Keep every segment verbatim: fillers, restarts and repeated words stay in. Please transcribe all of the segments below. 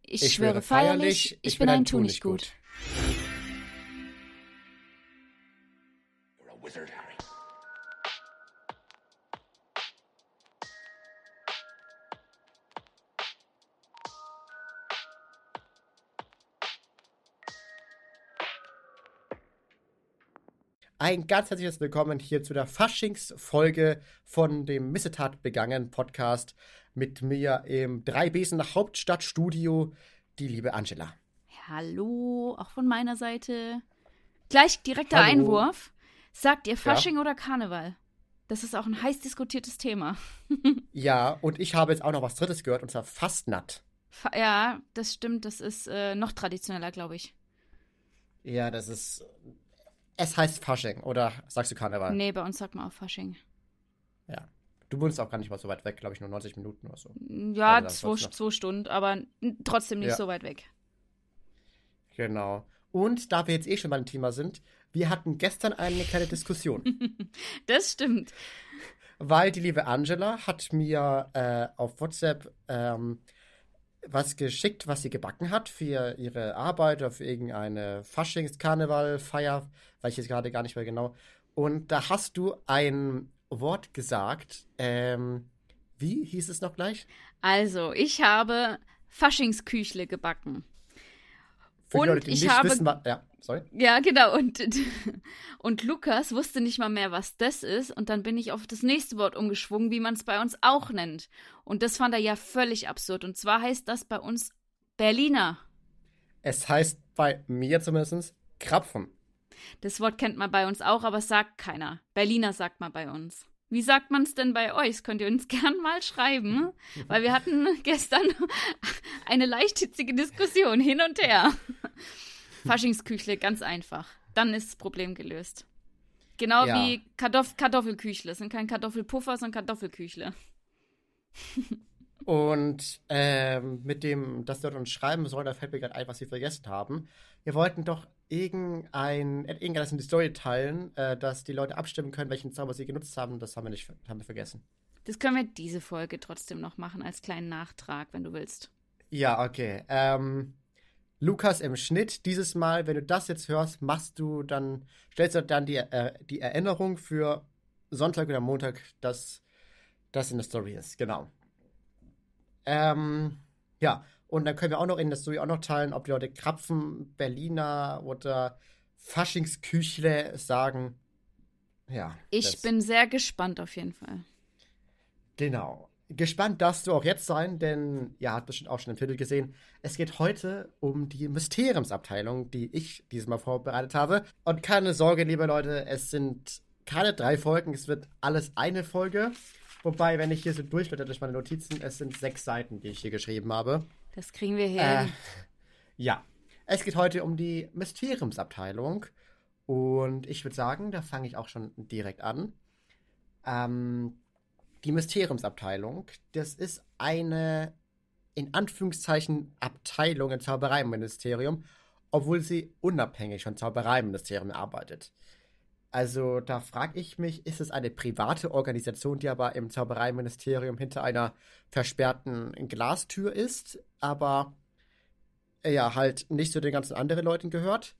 Ich, ich schwöre feierlich, ich, ich bin ein Tunichtgut. You're a wizard, Harry. Ein ganz herzliches Willkommen hier zu der Faschingsfolge von dem Missetat begangen Podcast mit mir im Drei-Besen Hauptstadtstudio, die liebe Angela. Hallo, auch von meiner Seite. Gleich direkter Hallo. Einwurf. Sagt ihr Fasching Ja. oder Karneval? Das ist auch ein heiß diskutiertes Thema. Ja, und ich habe jetzt auch noch was Drittes gehört, und zwar Fastnacht. Fa- ja, das stimmt. Das ist äh, noch traditioneller, glaube ich. Ja, das ist... Es heißt Fasching, oder sagst du Karneval? Nee, bei uns sagt man auch Fasching. Ja. Du wohnst auch gar nicht mal so weit weg, glaube ich, nur neunzig Minuten oder so. Ja, Also, das zwei, wollt's noch. zwei Stunden, aber n- trotzdem nicht Ja. so weit weg. Genau. Und da wir jetzt eh schon beim Thema sind, wir hatten gestern eine kleine Diskussion. Das stimmt. Weil die liebe Angela hat mir äh, auf WhatsApp ähm, was geschickt, was sie gebacken hat für ihre Arbeit oder für irgendeine Faschings-Karneval-Feier, weiß ich jetzt gerade gar nicht mehr genau. Und da hast du ein Wort gesagt. Ähm, wie hieß es noch gleich? Also, ich habe Faschingsküchle gebacken. Für Und die Leute, die ich nicht habe- wissen, was... Ja, sorry. Ja, genau. Und, und Lukas wusste nicht mal mehr, was das ist. Und dann bin ich auf das nächste Wort umgeschwungen, wie man es bei uns auch nennt. Und das fand er ja völlig absurd. Und zwar heißt das bei uns Berliner. Es heißt bei mir zumindest Krapfen. Das Wort kennt man bei uns auch, aber es sagt keiner. Berliner sagt man bei uns. Wie sagt man es denn bei euch? Das könnt ihr uns gern mal schreiben, weil wir hatten gestern eine leicht hitzige Diskussion hin und her. Faschingsküchle, ganz einfach. Dann ist das Problem gelöst. Genau Ja. wie Kartoff- Kartoffelküchle. Es sind kein Kartoffelpuffer, sondern Kartoffelküchle. Und ähm, mit dem, dass wir uns schreiben sollen, da fällt mir gerade ein, was wir vergessen haben. Wir wollten doch irgendein, irgendetwas in die Story teilen, äh, dass die Leute abstimmen können, welchen Zauber sie genutzt haben. Das haben wir nicht, haben wir vergessen. Das können wir diese Folge trotzdem noch machen als kleinen Nachtrag, wenn du willst. Ja, okay. Ähm, Lukas im Schnitt, dieses Mal, wenn du das jetzt hörst, machst du dann, stellst du dann die, äh, die Erinnerung für Sonntag oder Montag, dass das in der Story ist. Genau. Ähm, ja, und dann können wir auch noch in der Story auch noch teilen, ob die Leute Krapfen, Berliner oder Faschingsküchle sagen. Ja. Ich das- bin sehr gespannt auf jeden Fall. Genau. Gespannt darfst du auch jetzt sein, denn, ja, hat bestimmt auch schon im Titel gesehen, es geht heute um die Mysteriumsabteilung, die ich diesmal vorbereitet habe. Und keine Sorge, liebe Leute, es sind keine drei Folgen, es wird alles eine Folge. Wobei, wenn ich hier so durchblätter durch meine Notizen, es sind sechs Seiten, die ich hier geschrieben habe. Das kriegen wir hin. Äh, ja, es geht heute um die Mysteriumsabteilung. Und ich würde sagen, da fange ich auch schon direkt an. Ähm, die Mysteriumsabteilung, das ist eine, in Anführungszeichen, Abteilung im Zaubereiministerium, obwohl sie unabhängig vom Zaubereiministerium arbeitet. Also da frage ich mich, ist es eine private Organisation, die aber im Zaubereiministerium hinter einer versperrten Glastür ist, aber äh, ja, halt nicht zu den ganzen anderen Leuten gehört?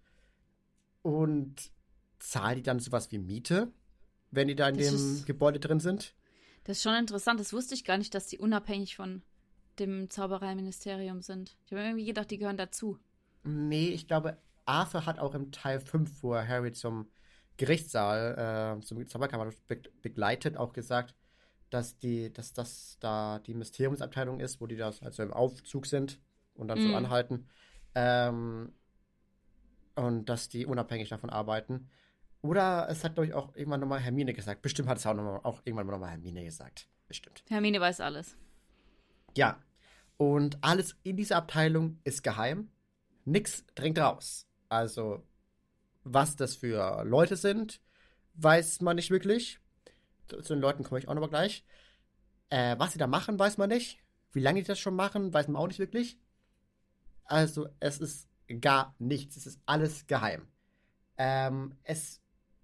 Und zahlen die dann sowas wie Miete, wenn die da in Das dem ist- Gebäude drin sind? Das ist schon interessant. Das wusste ich gar nicht, dass die unabhängig von dem Zaubereiministerium sind. Ich habe irgendwie gedacht, die gehören dazu. Nee, ich glaube, Arthur hat auch im Teil fünf, wo er Harry zum Gerichtssaal, äh, zum Zauberkammer be begleitet, auch gesagt, dass die, dass das da die Mysteriumsabteilung ist, wo die da also im Aufzug sind und dann so Mhm. anhalten. Ähm, und dass die unabhängig davon arbeiten. Oder es hat, glaube ich, auch irgendwann nochmal Hermine gesagt. Bestimmt hat es auch, noch mal, auch irgendwann nochmal Hermine gesagt. Bestimmt. Hermine weiß alles. Ja. Und alles in dieser Abteilung ist geheim. Nix dringt raus. Also, was das für Leute sind, weiß man nicht wirklich. Zu zu den Leuten komme ich auch nochmal gleich. Äh, was sie da machen, weiß man nicht. Wie lange die das schon machen, weiß man auch nicht wirklich. Also, es ist gar nichts. Es ist alles geheim. Ähm, es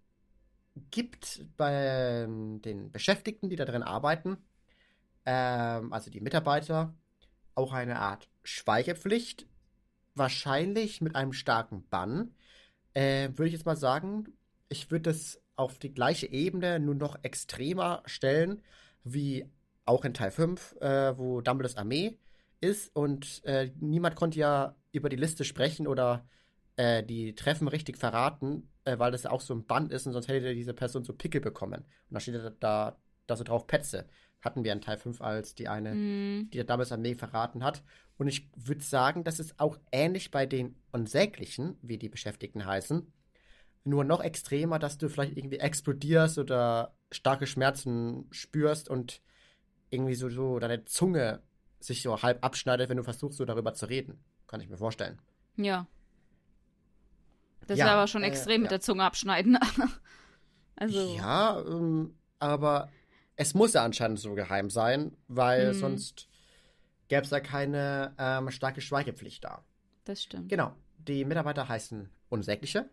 gibt bei den Beschäftigten, die da drin arbeiten, ähm, also die Mitarbeiter, auch eine Art Schweigepflicht, wahrscheinlich mit einem starken Bann. Äh, würde ich jetzt mal sagen, ich würde das auf die gleiche Ebene nur noch extremer stellen, wie auch in Teil fünf, äh, wo Dumbledores Armee ist und äh, niemand konnte ja über die Liste sprechen oder äh, die Treffen richtig verraten, äh, weil das ja auch so ein Bann ist und sonst hätte diese Person so Pickel bekommen. Und da steht da, da, da so drauf Petze. Hatten wir in Teil fünf als die eine, Mhm. die der Dumbledores Armee verraten hat. Und ich würde sagen, das ist auch ähnlich bei den Unsäglichen, wie die Beschäftigten heißen, nur noch extremer, dass du vielleicht irgendwie explodierst oder starke Schmerzen spürst und irgendwie so, so deine Zunge sich so halb abschneidet, wenn du versuchst, so darüber zu reden. Kann ich mir vorstellen. Ja. Das Ja, wäre aber schon äh, extrem mit ja. der Zunge abschneiden. Also, Ja, ähm, aber es muss ja anscheinend so geheim sein, weil hm, sonst gäbe es ja keine ähm, starke Schweigepflicht da. das stimmt. Genau, die Mitarbeiter heißen Unsägliche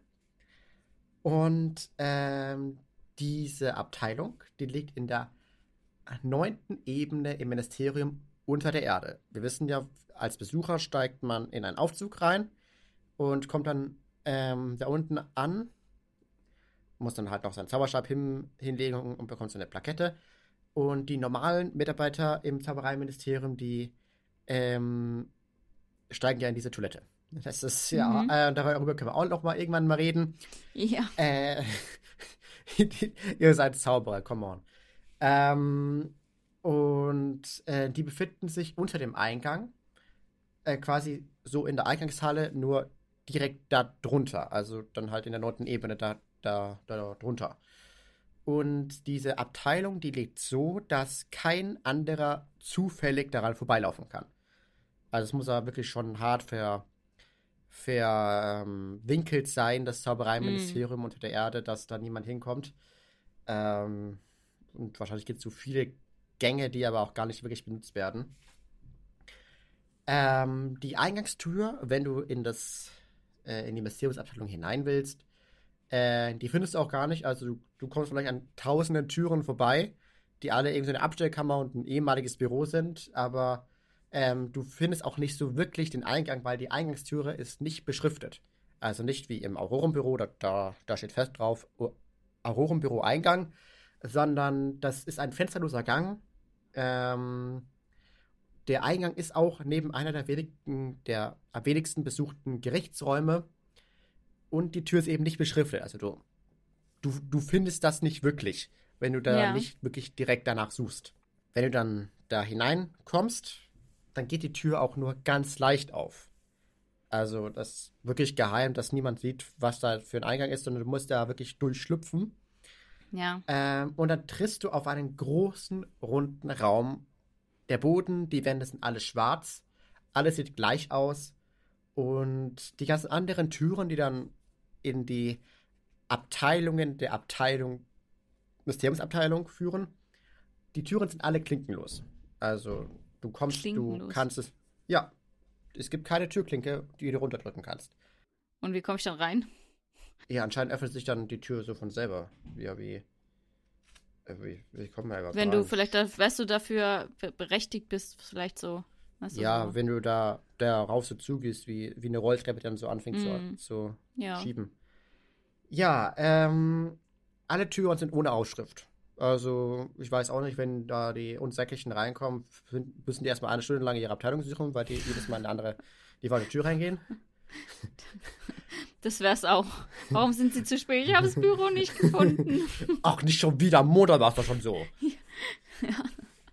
und ähm, diese Abteilung, die liegt in der neunten Ebene im Ministerium unter der Erde. Wir wissen ja, als Besucher steigt man in einen Aufzug rein und kommt dann ähm, da unten an, muss dann halt noch seinen Zauberstab hin, hinlegen und bekommt so eine Plakette. Und die normalen Mitarbeiter im Zaubereiministerium, die ähm, steigen ja in diese Toilette. Das ist ja, Mhm. äh, darüber können wir auch noch mal irgendwann mal reden. Ja. Äh, ihr seid Zauberer, come on. Ähm, und äh, die befinden sich unter dem Eingang, äh, quasi so in der Eingangshalle, nur direkt da drunter. Also dann halt in der neunten Ebene da, da, da drunter. Und diese Abteilung, die liegt so, dass kein anderer zufällig daran vorbeilaufen kann. Also es muss aber wirklich schon hart ver, verwinkelt sein, das Mhm. Zaubereiministerium unter der Erde, dass da niemand hinkommt. Ähm, und wahrscheinlich gibt es so viele Gänge, die aber auch gar nicht wirklich benutzt werden. Ähm, die Eingangstür, wenn du in das äh, in die Mysteriumsabteilung hinein willst, äh, die findest du auch gar nicht. Also du, du kommst vielleicht an tausenden Türen vorbei, die alle irgendwie so eine Abstellkammer und ein ehemaliges Büro sind, aber ähm, du findest auch nicht so wirklich den Eingang, weil die Eingangstüre ist nicht beschriftet. Also nicht wie im Aurorenbüro, da, da, da steht fest drauf, O- Aurorenbüro Eingang, sondern das ist ein fensterloser Gang. Ähm, der Eingang ist auch neben einer der wenigen, der am wenigsten besuchten Gerichtsräume und die Tür ist eben nicht beschriftet. Also du, du, du findest das nicht wirklich, wenn du da Ja. nicht wirklich direkt danach suchst. Wenn du dann da hineinkommst, dann geht die Tür auch nur ganz leicht auf. Also das ist wirklich geheim, dass niemand sieht, was da für ein Eingang ist, sondern du musst da wirklich durchschlüpfen. Ja. Ähm, und dann trittst du auf einen großen, runden Raum. Der Boden, die Wände sind alle schwarz. Alles sieht gleich aus. Und die ganzen anderen Türen, die dann in die Abteilungen der Abteilung, Mysteriumsabteilung führen, die Türen sind alle klinkenlos. Also du kommst, du Klinkenlos. kannst es. Ja, es gibt keine Türklinke, die du runterdrücken kannst. Und wie komme ich dann rein? Ja, anscheinend öffnet sich dann die Tür so von selber. Ja, wie. äh, Wie, wie kommen wir überhaupt Wenn du rein? vielleicht, da- weißt du, dafür be- berechtigt bist, vielleicht so, weißt du, Ja, so. wenn du da darauf so zugehst, wie, wie eine Rolltreppe dann so anfängt zu, Mm, zu ja. schieben. Ja, ähm, alle Türen sind ohne Aufschrift. Also, ich weiß auch nicht, wenn da die Unsäglichen reinkommen, fin- müssen die erstmal eine Stunde lang ihre Abteilung suchen, weil die jedes Mal in eine andere, die falsche Tür reingehen. Das wär's auch. Warum sind sie zu spät? Ich habe das Büro nicht gefunden. Ach, nicht schon wieder, am Montag war es doch schon so. Ja.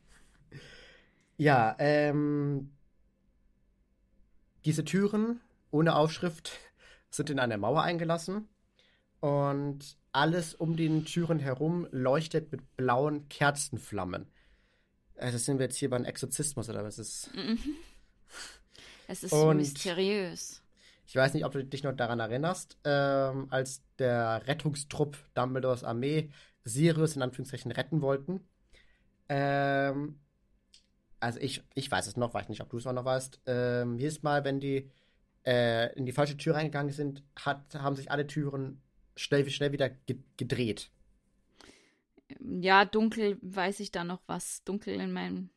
Ja, ähm, diese Türen ohne Aufschrift sind in eine Mauer eingelassen und alles um den Türen herum leuchtet mit blauen Kerzenflammen. Also sind wir jetzt hier beim Exorzismus oder was ist? Mhm. Es ist so Und mysteriös. ich weiß nicht, ob du dich noch daran erinnerst, ähm, als der Rettungstrupp Dumbledores Armee Sirius in Anführungszeichen retten wollten. Ähm, also ich, ich weiß es noch, weiß nicht, ob du es auch noch weißt. Ähm, jedes Mal, wenn die äh, in die falsche Tür reingegangen sind, hat, haben sich alle Türen schnell, schnell wieder ge gedreht. Ja, dunkel weiß ich da noch was. Dunkel in meinem,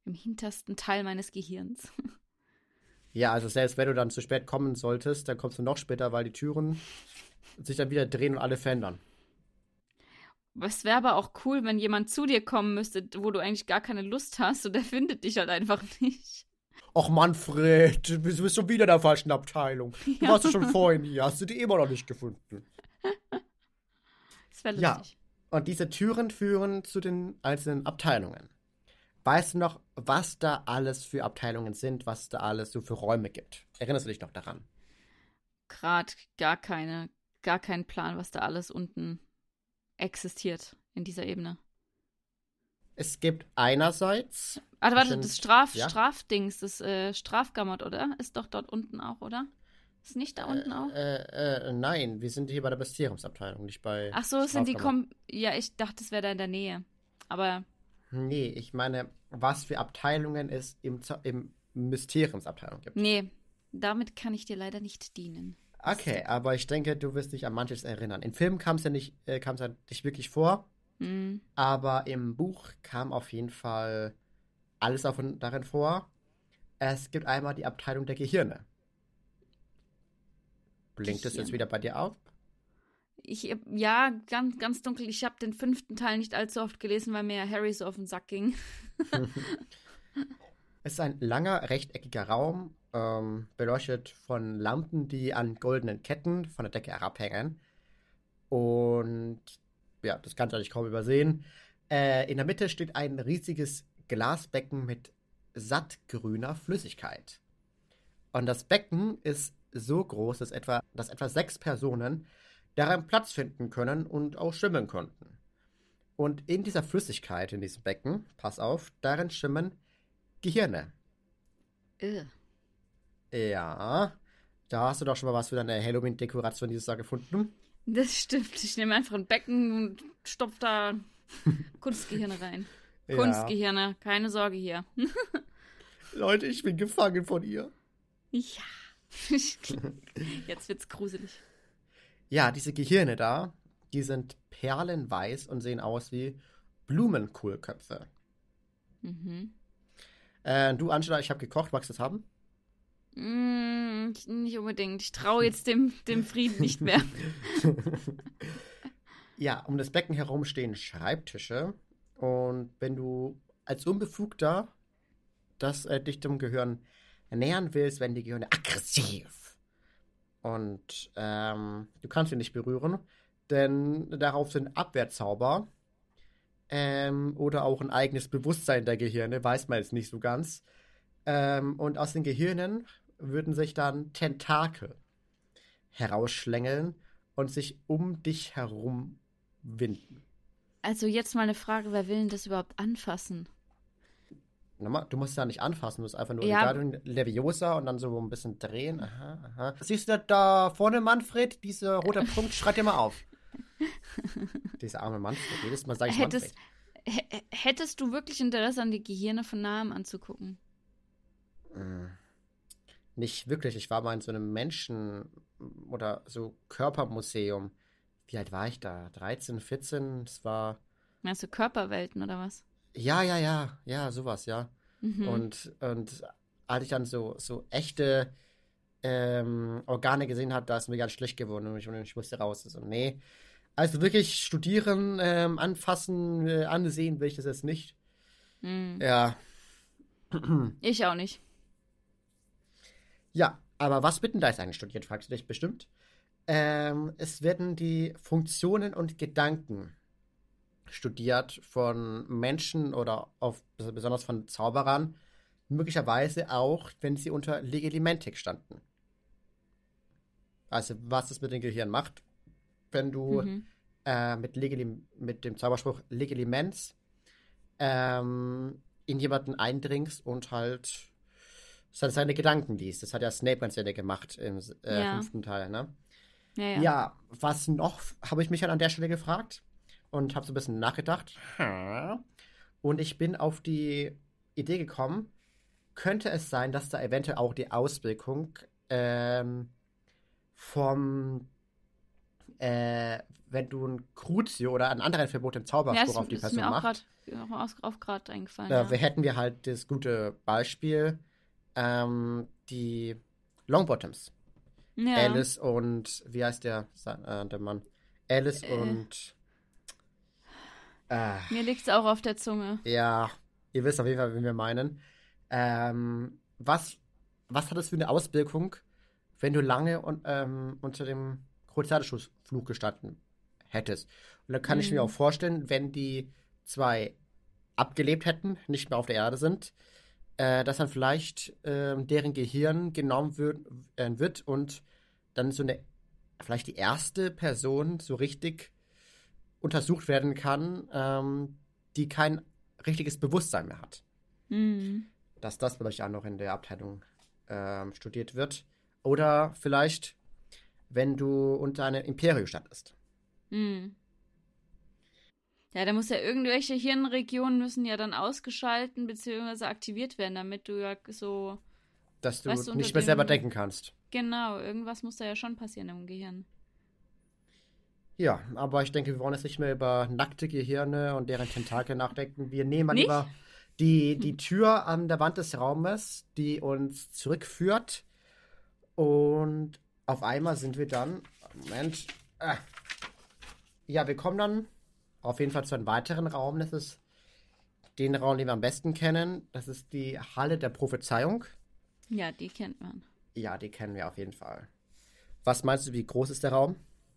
im hintersten Teil meines Gehirns. Ja, also selbst wenn du dann zu spät kommen solltest, dann kommst du noch später, weil die Türen sich dann wieder drehen und alle verändern. Es wäre aber auch cool, wenn jemand zu dir kommen müsste, wo du eigentlich gar keine Lust hast und der findet dich halt einfach nicht. Och Manfred, du bist schon wieder in der falschen Abteilung. Du Ja. warst ja schon vorhin hier, hast du die immer noch nicht gefunden. Das wäre Ja. lustig. Und diese Türen führen zu den einzelnen Abteilungen. Weißt du noch, was da alles für Abteilungen sind, was da alles so für Räume gibt? Erinnerst du dich noch daran? Gerade gar keine, gar keinen Plan, was da alles unten existiert in dieser Ebene. Es gibt einerseits, Ah, warte, Bestimmt, das Straf, ja. Strafdings, das äh, Strafgammert, oder? Ist doch dort unten auch, oder? Ist nicht da unten auch? äh, äh, nein, wir sind hier bei der Mysteriumsabteilung, nicht bei Ach so, es sind die Strafkammer. Kom Ja, ich dachte, es wäre da in der Nähe. Aber Nee, ich meine, was für Abteilungen es im, Zo- im Mysteriumsabteilung gibt. nee, damit kann ich dir leider nicht dienen. Okay, aber ich denke, du wirst dich an manches erinnern. Im Film kam es ja nicht, äh, kam es ja nicht wirklich vor, Hm. aber im Buch kam auf jeden Fall alles davon, darin vor. Es gibt einmal die Abteilung der Gehirne. Blinkt es jetzt Gehirne. wieder bei dir auf? Ich, ja, ganz, ganz dunkel. Ich habe den fünften Teil nicht allzu oft gelesen, weil mir ja Harry so auf den Sack ging. Es ist ein langer, rechteckiger Raum, ähm, beleuchtet von Lampen, die an goldenen Ketten von der Decke herabhängen. Und ja, das kannst du eigentlich kaum übersehen. Äh, in der Mitte steht ein riesiges Glasbecken mit sattgrüner Flüssigkeit. Und das Becken ist so groß, dass etwa, dass etwa sechs Personen darin Platz finden können und auch schwimmen konnten. Und in dieser Flüssigkeit, in diesem Becken, pass auf, darin schwimmen Gehirne. Ugh. Ja, da hast du doch schon mal was für deine Halloween-Dekoration dieses Jahr gefunden. Das stimmt. Ich nehme einfach ein Becken und stopf da Kunstgehirne rein. Ja. Kunstgehirne, keine Sorge hier. Leute, ich bin gefangen von ihr. Ja. Jetzt wird's gruselig. Ja, diese Gehirne da, die sind perlenweiß und sehen aus wie Blumenkohlköpfe. Mhm. Äh, du, Angela, ich habe gekocht. Magst du das haben? Mm, ich- nicht unbedingt. Ich traue jetzt dem, dem Frieden nicht mehr. Ja, um das Becken herum stehen Schreibtische. Und wenn du als Unbefugter das äh, dich dem Gehirn nähern willst, werden die Gehirne aggressiv. Und ähm, du kannst sie nicht berühren, denn darauf sind Abwehrzauber ähm, oder auch ein eigenes Bewusstsein der Gehirne, weiß man jetzt nicht so ganz. Ähm, und aus den Gehirnen würden sich dann Tentakel herausschlängeln und sich um dich herum winden. Also jetzt mal eine Frage, wer will denn das überhaupt anfassen? Nochmal, du musst es ja nicht anfassen, du musst einfach nur Ja. Wingardium Leviosa und dann so ein bisschen drehen. Aha, aha. Siehst du da vorne, Manfred? Dieser rote Punkt, schreib dir mal auf. Dieser arme Manfred, jedes Mal sage ich Hättest, Manfred. h- hättest du wirklich Interesse an die Gehirne von nahem anzugucken? Mm, Nicht wirklich, ich war mal in so einem Menschen- oder so Körpermuseum. Wie alt war ich da? dreizehn, vierzehn? Es war, Meinst du Körperwelten oder was? ja, ja, ja, ja, sowas, ja. Mhm. Und, und als ich dann so, so echte ähm, Organe gesehen habe, da ist mir ganz schlecht geworden und ich, und ich musste raus. Also, nee. Also wirklich studieren, ähm, anfassen, äh, ansehen will ich das jetzt nicht. Mhm. Ja. Ich auch nicht. Ja, aber was wird denn da jetzt eigentlich studiert, fragst du dich bestimmt. Ähm, es werden die Funktionen und Gedanken studiert von Menschen oder auf, besonders von Zauberern, möglicherweise auch, wenn sie unter Legilimentik standen. Also was es mit dem Gehirn macht, wenn du Mhm. äh, mit, Legilim mit dem Zauberspruch Legilimens ähm, in jemanden eindringst und halt se- seine Gedanken liest. Das hat ja Snape ganz gerne gemacht im äh, Ja. fünften Teil, ne? Ja, ja. Ja, was noch, habe ich mich halt an der Stelle gefragt und habe so ein bisschen nachgedacht. Hm. Und ich bin auf die Idee gekommen, könnte es sein, dass da eventuell auch die Auswirkung ähm, vom, äh, wenn du ein Crucio oder einen anderen verbotenen Ja, Zauberspruch das auf die ist Person mir auch machst, gerade auch, auch gerade eingefallen. Äh, Ja. wir hätten wir halt das gute Beispiel, ähm, die Longbottoms. Ja. Alice und, wie heißt der, äh, der Mann? Alice Äh. und, äh, Mir liegt's auch auf der Zunge. ja, ihr wisst auf jeden Fall, wen wir meinen. Ähm, was, was hat das für eine Auswirkung, wenn du lange un, ähm, unter dem Kreuzateschussfluch gestanden hättest? Und da kann ich mir auch Mhm. vorstellen, wenn die zwei abgelebt hätten, nicht mehr auf der Erde sind, äh, dass dann vielleicht ähm, deren Gehirn genommen wird, äh, wird und dann so eine, vielleicht die erste Person so richtig untersucht werden kann, ähm, die kein richtiges Bewusstsein mehr hat. Mhm. Dass das vielleicht auch noch in der Abteilung ähm, studiert wird. Oder vielleicht, wenn du unter einem Imperium standest. Mhm. Ja, da muss ja irgendwelche Hirnregionen müssen ja dann ausgeschalten bzw. aktiviert werden, damit du ja so, Dass du weißt du, unter nicht mehr selber dem, denken kannst. genau, irgendwas muss da ja schon passieren im Gehirn. Ja, aber ich denke, wir wollen jetzt nicht mehr über nackte Gehirne und deren Tentakel nachdenken. Wir nehmen mal Nicht? lieber die, die Tür an der Wand des Raumes, die uns zurückführt. Und auf einmal sind wir dann. Moment. Äh, ja, wir kommen dann auf jeden Fall zu einem weiteren Raum. Das ist den Raum, den wir am besten kennen. Das ist die Halle der Prophezeiung. Ja, die kennt man. Ja, die kennen wir auf jeden Fall. Was meinst du, wie groß ist der Raum?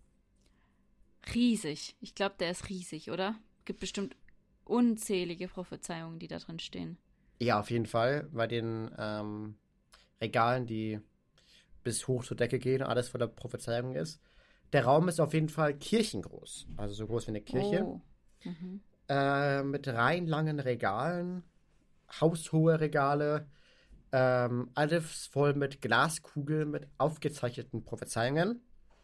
Riesig. Ich glaube, der ist riesig, oder? Gibt bestimmt unzählige Prophezeiungen, die da drin stehen. Ja, auf jeden Fall. Bei den ähm, Regalen, die bis hoch zur Decke gehen, alles voller Prophezeiungen ist. Der Raum ist auf jeden Fall kirchengroß. Also so groß wie eine Kirche. Oh. Mhm. Äh, mit reihenlangen Regalen, haushohe Regale, ähm, alles voll mit Glaskugeln, mit aufgezeichneten Prophezeiungen.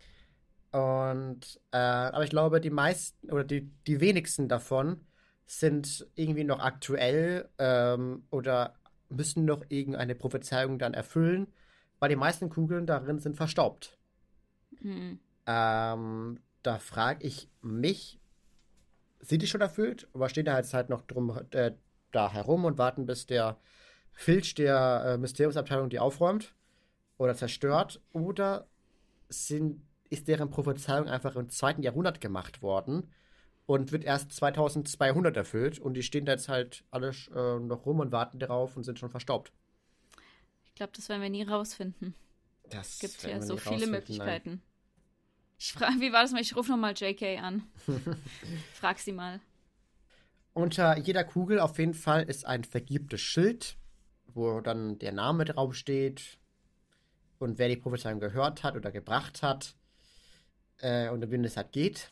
Und, äh, aber ich glaube, die meisten oder die, die wenigsten davon sind irgendwie noch aktuell ähm, oder müssen noch irgendeine Prophezeiung dann erfüllen, weil die meisten Kugeln darin sind verstaubt. Mhm. Ähm, da frage ich mich, sind die schon erfüllt? Oder stehen da jetzt halt noch drum äh, da herum und warten, bis der Filch der äh, Mysteriumsabteilung die aufräumt oder zerstört? Oder sind, ist deren Prophezeiung einfach im zweiten Jahrhundert gemacht worden und wird erst zweitausendzweihundert erfüllt und die stehen da jetzt halt alle äh, noch rum und warten darauf und sind schon verstaubt? Ich glaube, das werden wir nie rausfinden. Das Es gibt werden ja wir so nie viele rausfinden, Möglichkeiten. Ich frage, wie war das mal? Ich rufe nochmal J K an. Frag sie mal. Unter jeder Kugel auf jeden Fall ist ein vergilbtes Schild, wo dann der Name drauf steht und wer die Prophezeiung gehört hat oder gebracht hat äh, und um wen es halt geht.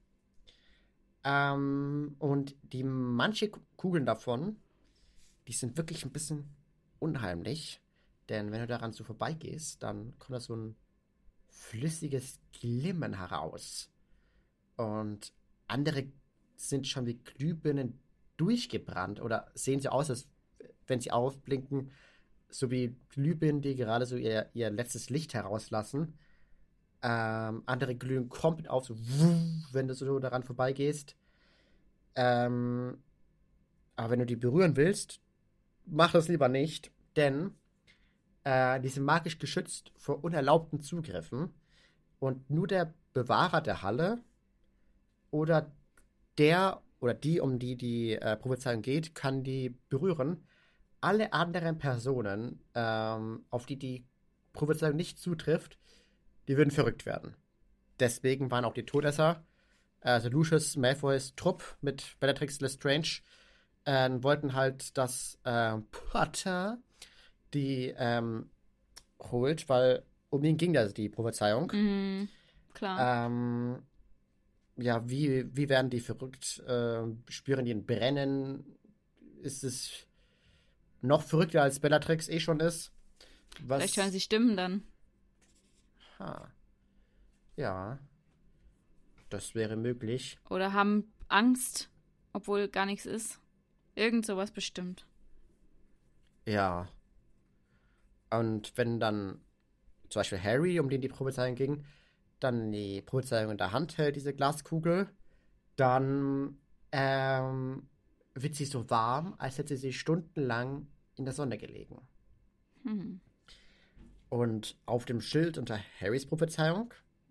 Ähm, und die manche Kugeln davon, die sind wirklich ein bisschen unheimlich, denn wenn du daran so vorbeigehst, dann kommt da so ein flüssiges Glimmen heraus. Und andere sind schon wie Glühbirnen durchgebrannt oder sehen so aus, als wenn sie aufblinken, so wie Glühbirnen, die gerade so ihr, ihr letztes Licht herauslassen. Ähm, andere glühen komplett auf, so wenn du so daran vorbeigehst. Ähm, aber wenn du die berühren willst, mach das lieber nicht, denn äh, die sind magisch geschützt vor unerlaubten Zugriffen und nur der Bewahrer der Halle oder der oder die, um die die äh, Prophezeiung geht, kann die berühren. Alle anderen Personen, ähm, auf die die Prophezeiung nicht zutrifft, die würden verrückt werden. Deswegen waren auch die Todesser, also Lucius Malfoys Trupp mit Bellatrix Lestrange, äh, wollten halt, dass äh, Potter die ähm, holt, weil um ihn ging ja die Prophezeiung. Mhm. Klar. Ähm, ja, wie, wie werden die verrückt? Äh, spüren die ein Brennen? Ist es noch verrückter, als Bellatrix eh schon ist? Was? Vielleicht hören sie Stimmen dann. Ha. Ja, das wäre möglich. Oder haben Angst, obwohl gar nichts ist. Irgend sowas bestimmt. Ja. Und wenn dann zum Beispiel Harry, um den die Prophezeiung ging, dann die Prophezeiung in der Hand hält, diese Glaskugel, dann ähm, wird sie so warm, als hätte sie stundenlang in der Sonne gelegen. Hm. Und auf dem Schild unter Harrys Prophezeiung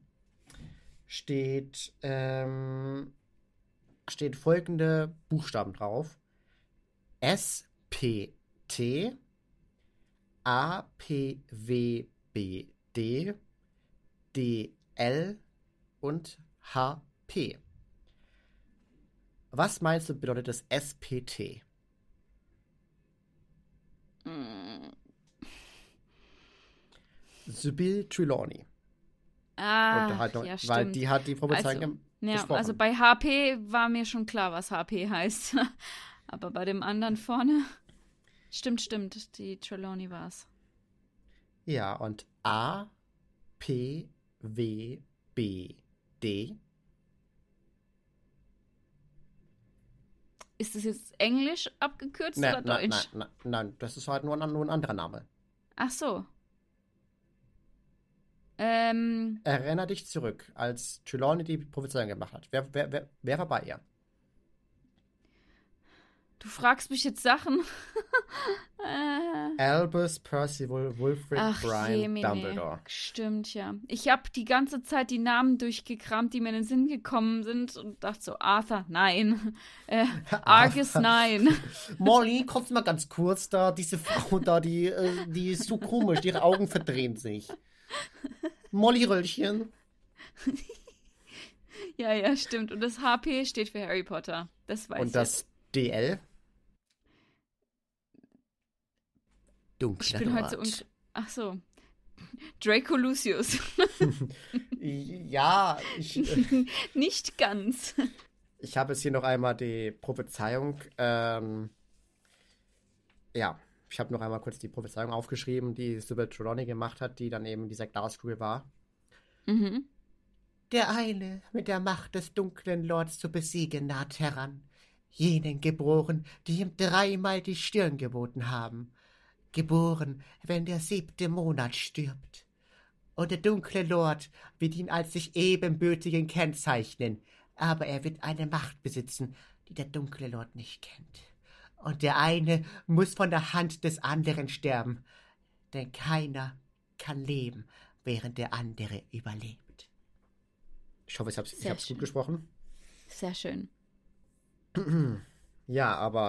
steht, ähm, stehen folgende Buchstaben drauf. S P T A P W B D D L und H P. Was meinst du, bedeutet das S P T? Mm. Sybil Trelawney. Ah, Unterhaltung, ja, weil stimmt. die hat die Prophezeiung Also, gem- ja, gesprochen. also bei H P war mir schon klar, was H P heißt. Aber bei dem anderen vorne, stimmt, stimmt, die Trelawney war es. Ja, und A P W B D. Ist das jetzt Englisch abgekürzt Nein, oder nein, Deutsch? nein, nein, nein, das ist halt nur ein, nur ein anderer Name. Ach so. Ähm, Erinner dich zurück, als Trelawney die Prophezeiung gemacht hat. Wer, wer, wer, wer war bei ihr? du fragst mich jetzt Sachen. äh, Albus Percival Wulfric ach Brian jemine. Dumbledore. Stimmt, ja. Ich habe die ganze Zeit die Namen durchgekramt, die mir in den Sinn gekommen sind und dachte so, Arthur, nein. Äh, Argus, nein. Molly, kommst du mal ganz kurz da, diese Frau da, die, äh, die ist so komisch, ihre Augen verdrehen sich. Molly Röllchen. Ja, ja, stimmt. Und das H P steht für Harry Potter. Das weiß ich. Und das D L? Dunkler Ich bin heute so Lord. un... Ach so. Draco Lucius. Ja, ich, äh, Nicht ganz. ich habe jetzt hier noch einmal die Prophezeiung. Ähm, ja, ich habe noch einmal kurz die Prophezeiung aufgeschrieben, die Sybil Trelawney gemacht hat, die dann eben in dieser Glaskugel war. Mhm. Der eine mit der Macht des dunklen Lords zu besiegen naht heran. Jenen geboren, die ihm dreimal die Stirn geboten haben. Geboren, wenn der siebte Monat stirbt. Und der dunkle Lord wird ihn als sich ebenbürtigen kennzeichnen, aber er wird eine Macht besitzen, die der dunkle Lord nicht kennt. Und der eine muss von der Hand des anderen sterben, denn keiner kann leben, während der andere überlebt. Ich hoffe, ich habe Sehr es schön. gut gesprochen. Sehr schön. Ja, aber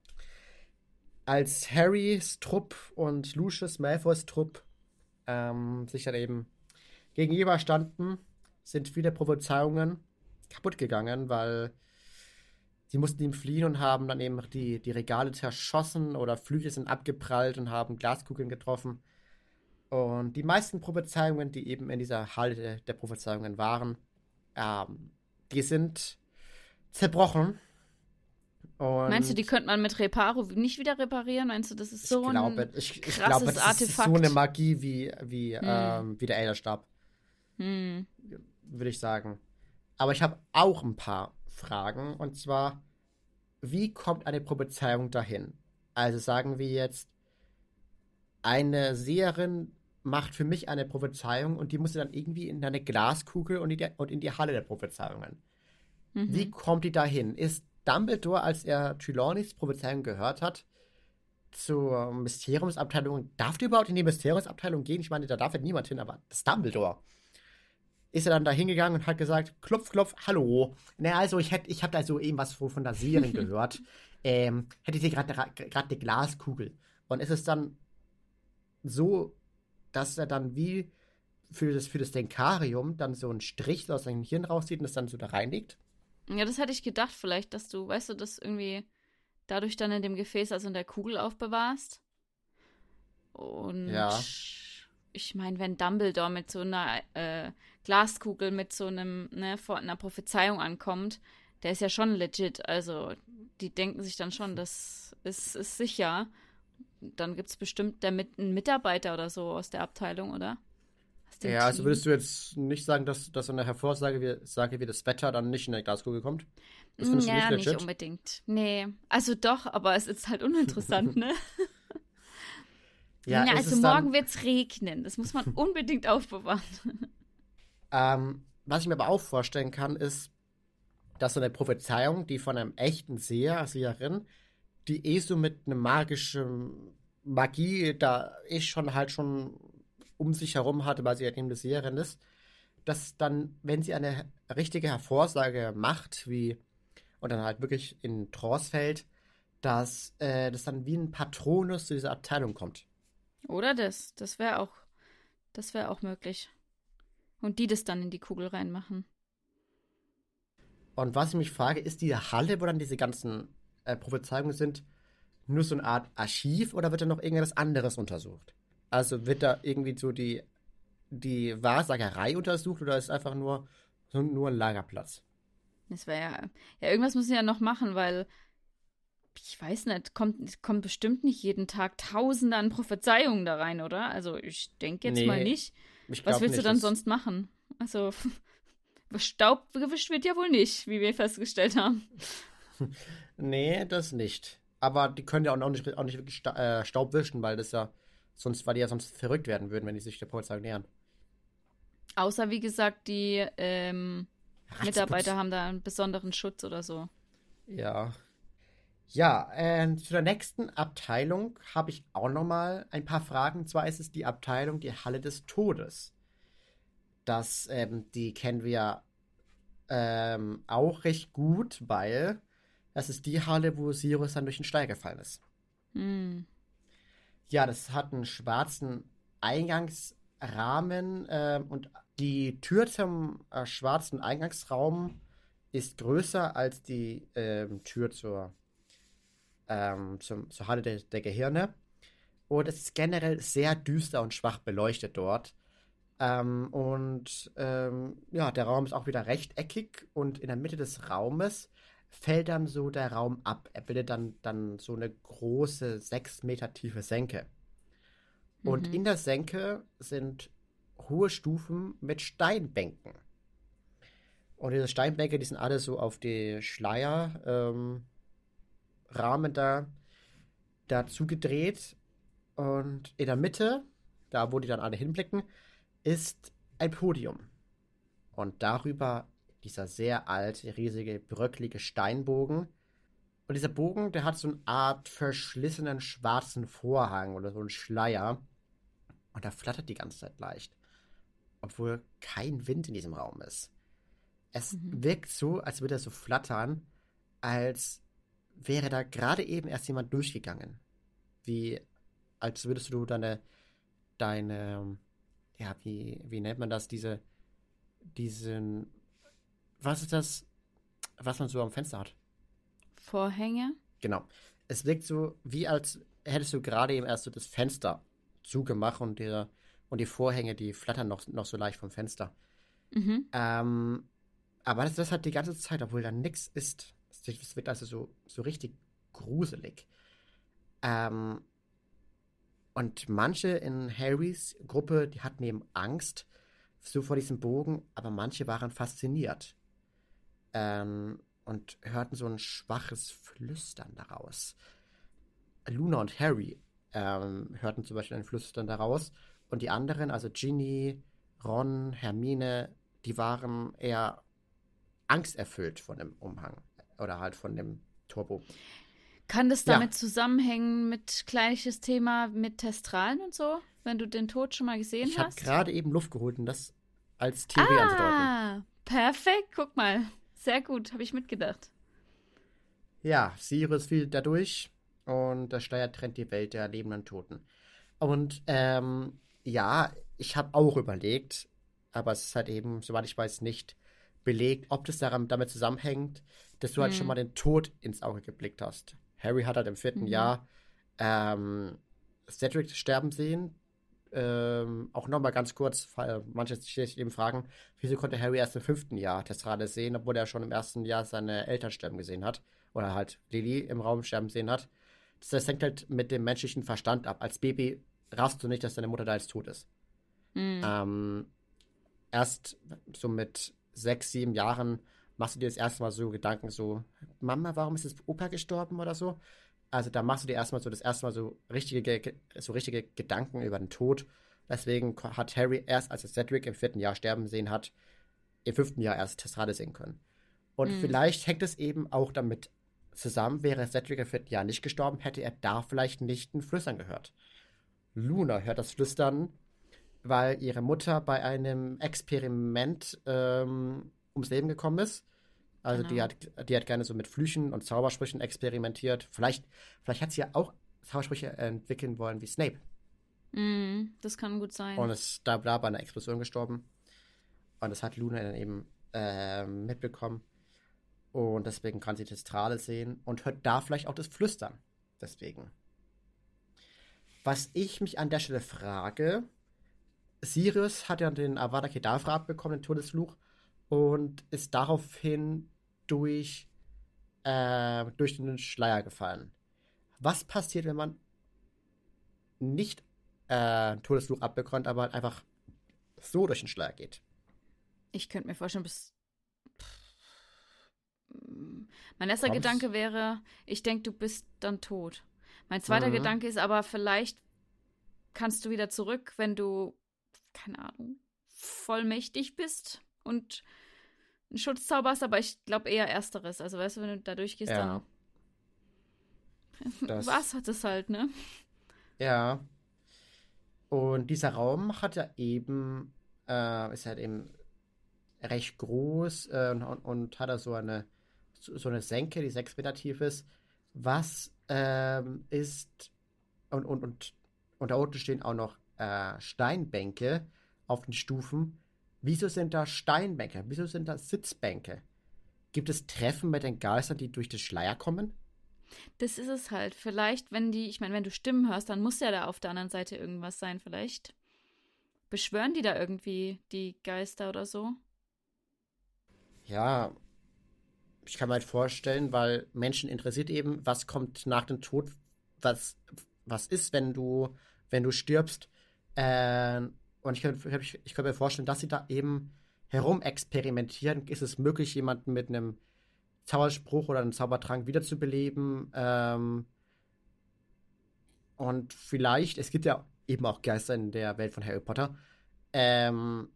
als Harrys Trupp und Lucius Malfoys Trupp ähm, sich dann eben gegenüberstanden, sind viele Prophezeiungen kaputt gegangen, weil sie mussten ihm fliehen und haben dann eben die, die Regale zerschossen oder Flügel sind abgeprallt und haben Glaskugeln getroffen. Und die meisten Prophezeiungen, die eben in dieser Halle der Prophezeiungen waren, ähm, die sind zerbrochen. Und Meinst du, die könnte man mit Reparo nicht wieder reparieren? Meinst du, das ist so ich glaube, ein ich, ich krasses glaube, das Artefakt? ist so eine Magie wie, wie, ähm, wie der Elderstab, Hm. würde ich sagen. Aber ich habe auch ein paar Fragen. Und zwar, wie kommt eine Prophezeiung dahin? Also sagen wir jetzt, eine Seherin macht für mich eine Prophezeiung und die muss dann irgendwie in eine Glaskugel und in die, und in die Halle der Prophezeiungen. Mhm. Wie kommt die dahin? Ist Dumbledore, als er Trelawneys Prophezeiung gehört hat, zur Mysteriumsabteilung, darf der überhaupt in die Mysteriumsabteilung gehen? Ich meine, da darf ja niemand hin, aber das ist Dumbledore. Ist er dann da hingegangen und hat gesagt, klopf, klopf, hallo. Na, also ich, hätt- ich habe da so eben was von von der Seherin gehört. Ähm, hätte sie gerade gerade eine Glaskugel. Und ist es dann so, dass er dann wie für das, für das Denkarium dann so einen Strich aus seinem Hirn rauszieht und das dann so da reinlegt? Ja, das hätte ich gedacht vielleicht, dass du, weißt du, das irgendwie dadurch dann in dem Gefäß, also in der Kugel aufbewahrst. Und Ja. ich meine, wenn Dumbledore mit so einer äh, Glaskugel mit so einem, ne, vor einer Prophezeiung ankommt, der ist ja schon legit. Also die denken sich dann schon, das ist, ist sicher. Dann gibt es bestimmt der mit, einen Mitarbeiter oder so aus der Abteilung, oder? Aus dem Ja, also Team. würdest du jetzt nicht sagen, dass, dass so eine Hervorsage wie, Sage wie das Wetter dann nicht in der Glaskugel kommt? Das findest du Ja, nicht nicht legit? unbedingt. Nee, also doch, aber es ist halt uninteressant, ne? Ja, Na, ist also es dann- morgen wird's regnen. Das muss man unbedingt aufbewahren. Ähm, was ich mir aber auch vorstellen kann, ist, Das ist so eine Prophezeiung, die von einem echten Seher, Seherin, die eh so mit einer magischen Magie da eh schon halt schon um sich herum hatte, weil sie halt eben eine Seherin ist, dass dann, wenn sie eine richtige Hervorsage macht, wie und dann halt wirklich in Trance fällt, dass äh, das dann wie ein Patronus zu dieser Abteilung kommt. Oder das. Das wäre auch, das wäre auch möglich. Und die das dann in die Kugel reinmachen. Und was ich mich frage, ist die Halle, wo dann diese ganzen äh, Prophezeiungen sind, nur so eine Art Archiv oder wird da noch irgendetwas anderes untersucht? Also wird da irgendwie so die, die Wahrsagerei untersucht oder ist es einfach nur, so, nur ein Lagerplatz? Das wäre ja. Ja, irgendwas müssen sie ja noch machen, weil. Ich weiß nicht, kommt, kommt bestimmt nicht jeden Tag Tausende an Prophezeiungen da rein, oder? Also ich denke jetzt Nee, mal nicht. ich Was glaube willst du nicht. dann Das, sonst machen? Also Staub gewischt wird ja wohl nicht, wie wir festgestellt haben. nee, das nicht. Aber die können ja auch nicht, auch nicht wirklich sta äh, Staub wischen, weil das ja sonst, weil die ja sonst verrückt werden würden, wenn die sich der Prophezeiung nähern. Außer, wie gesagt, die ähm, Ratzputz. Mitarbeiter haben da einen besonderen Schutz oder so. Ja. Ja, äh, zu der nächsten Abteilung habe ich auch noch mal ein paar Fragen. Und zwar ist es die Abteilung, die Halle des Todes. Das, ähm, die kennen wir ähm, auch recht gut, weil das ist die Halle, wo Sirius dann durch den Stein gefallen ist. Hm. Ja, das hat einen schwarzen Eingangsrahmen ähm, und die Tür zum äh, schwarzen Eingangsraum ist größer als die ähm, Tür zur, ähm, zum, zur Halle der, der Gehirne. Und es ist generell sehr düster und schwach beleuchtet dort. Ähm, und ähm, ja, der Raum ist auch wieder rechteckig und in der Mitte des Raumes fällt dann so der Raum ab. Er bildet dann, dann so eine große, sechs Meter tiefe Senke. Und Mhm. in der Senke sind hohe Stufen mit Steinbänken. Und diese Steinbänke, die sind alle so auf die Schleier, ähm, Rahmen da dazu gedreht. Und in der Mitte, da wo die dann alle hinblicken, ist ein Podium. Und darüber dieser sehr alte, riesige, bröcklige Steinbogen. Und dieser Bogen, der hat so eine Art verschlissenen schwarzen Vorhang oder so einen Schleier. Und da flattert die ganze Zeit leicht. Obwohl kein Wind in diesem Raum ist. Es Mhm. wirkt so, als würde er so flattern, als wäre da gerade eben erst jemand durchgegangen. Wie, als würdest du deine, deine, ja, wie, wie nennt man das, diese, diesen, was ist das, was man so am Fenster hat? Vorhänge? Genau. Es wirkt so, wie als hättest du gerade eben erst so das Fenster zugemacht und, der, und die Vorhänge, die flattern noch, noch so leicht vom Fenster. Mhm. Ähm, aber das, das hat die ganze Zeit, obwohl da nichts ist. Es wird also so, so richtig gruselig. Ähm, und manche in Harrys Gruppe, die hatten eben Angst so vor diesem Bogen, aber manche waren fasziniert. Ähm, und hörten so ein schwaches Flüstern daraus. Luna und Harry ähm, hörten zum Beispiel ein Flüstern daraus. Und die anderen, also Ginny, Ron, Hermine, die waren eher angsterfüllt von dem Umhang. Oder halt von dem Turbo. Kann das Ja, damit zusammenhängen mit gleiches Thema mit Testralen und so, wenn du den Tod schon mal gesehen ich habe hast? gerade eben Luft geholt, um das als Theorie anzudeuten. Ah, perfekt. Guck mal. Sehr gut, habe ich mitgedacht. Ja, Sirius fiel dadurch und der Schleier trennt die Welt der lebenden Toten. Und ähm, ja, ich habe auch überlegt, aber es ist halt eben, soweit ich weiß, nicht belegt, ob das daran, damit zusammenhängt, dass du halt schon mal Hm. den Tod ins Auge geblickt hast. Harry hat halt im vierten Mhm. Jahr ähm, Cedric sterben sehen. Ähm, auch nochmal ganz kurz, weil manche sich eben fragen, wieso konnte Harry erst im fünften Jahr Testrade sehen, obwohl er schon im ersten Jahr seine Eltern sterben gesehen hat. Oder halt Lily im Raum sterben sehen hat. Das, das hängt halt mit dem menschlichen Verstand ab. Als Baby raffst du nicht, dass deine Mutter da jetzt tot ist. Hm. Ähm, erst so mit sechs, sieben Jahren machst du dir das erste Mal so Gedanken, so, Mama, warum ist das Opa gestorben oder so? Also da machst du dir erstmal so das erste Mal so richtige, Ge- so richtige Gedanken über den Tod. Deswegen ko- hat Harry erst, als er Cedric im vierten Jahr sterben sehen hat, im fünften Jahr erst Testrade sehen können. Und Mhm. vielleicht hängt es eben auch damit zusammen, wäre Cedric im vierten Jahr nicht gestorben, hätte er da vielleicht nicht ein Flüstern gehört. Luna hört das Flüstern, weil ihre Mutter bei einem Experiment ähm, ums Leben gekommen ist. Also die Genau. hat, die hat gerne so mit Flüchen und Zaubersprüchen experimentiert. Vielleicht, vielleicht hat sie ja auch Zaubersprüche entwickeln wollen wie Snape. Mhm. Das kann gut sein. Und ist da, da bei einer Explosion gestorben. Und das hat Luna dann eben ähm, mitbekommen. Und deswegen kann sie das Strahlen sehen und hört da vielleicht auch das Flüstern. Deswegen. Was ich mich an der Stelle frage, Sirius hat ja den Avada Kedavra abbekommen, den Todesfluch, und ist daraufhin durch, äh, durch den Schleier gefallen. Was passiert, wenn man nicht äh, Todesfluch abbekommt, aber einfach so durch den Schleier geht? Ich könnte mir vorstellen, bis. Mein erster Glaubst Gedanke wäre, ich denke, du bist dann tot. Mein zweiter Mhm. Gedanke ist aber, vielleicht kannst du wieder zurück, wenn du, keine Ahnung, vollmächtig bist und einen Schutzzauber hast, aber ich glaube eher Ersteres. Also, weißt du, wenn du da durchgehst, Ja, dann das. was hat es halt, ne? Ja. Und dieser Raum hat ja eben, äh, ist halt eben recht groß äh, und, und hat da so eine, so so eine Senke, die sechs Meter tief ist. Was ähm, ist, und, und, und, und da unten stehen auch noch äh, Steinbänke auf den Stufen. Wieso sind da Steinbänke? Wieso sind da Sitzbänke? Gibt es Treffen mit den Geistern, die durch den Schleier kommen? Das ist es halt. Vielleicht, wenn die, ich meine, wenn du Stimmen hörst, dann muss ja da auf der anderen Seite irgendwas sein. Vielleicht beschwören die da irgendwie die Geister oder so. Ja, ich kann mir halt vorstellen, weil Menschen interessiert eben, was kommt nach dem Tod, was, was ist, wenn du, wenn du stirbst. Ähm, und ich könnte ich, ich könnte mir vorstellen, dass sie da eben herumexperimentieren. Ist es möglich, jemanden mit einem Zauberspruch oder einem Zaubertrank wiederzubeleben? Ähm, und vielleicht, es gibt ja eben auch Geister in der Welt von Harry Potter. Ähm,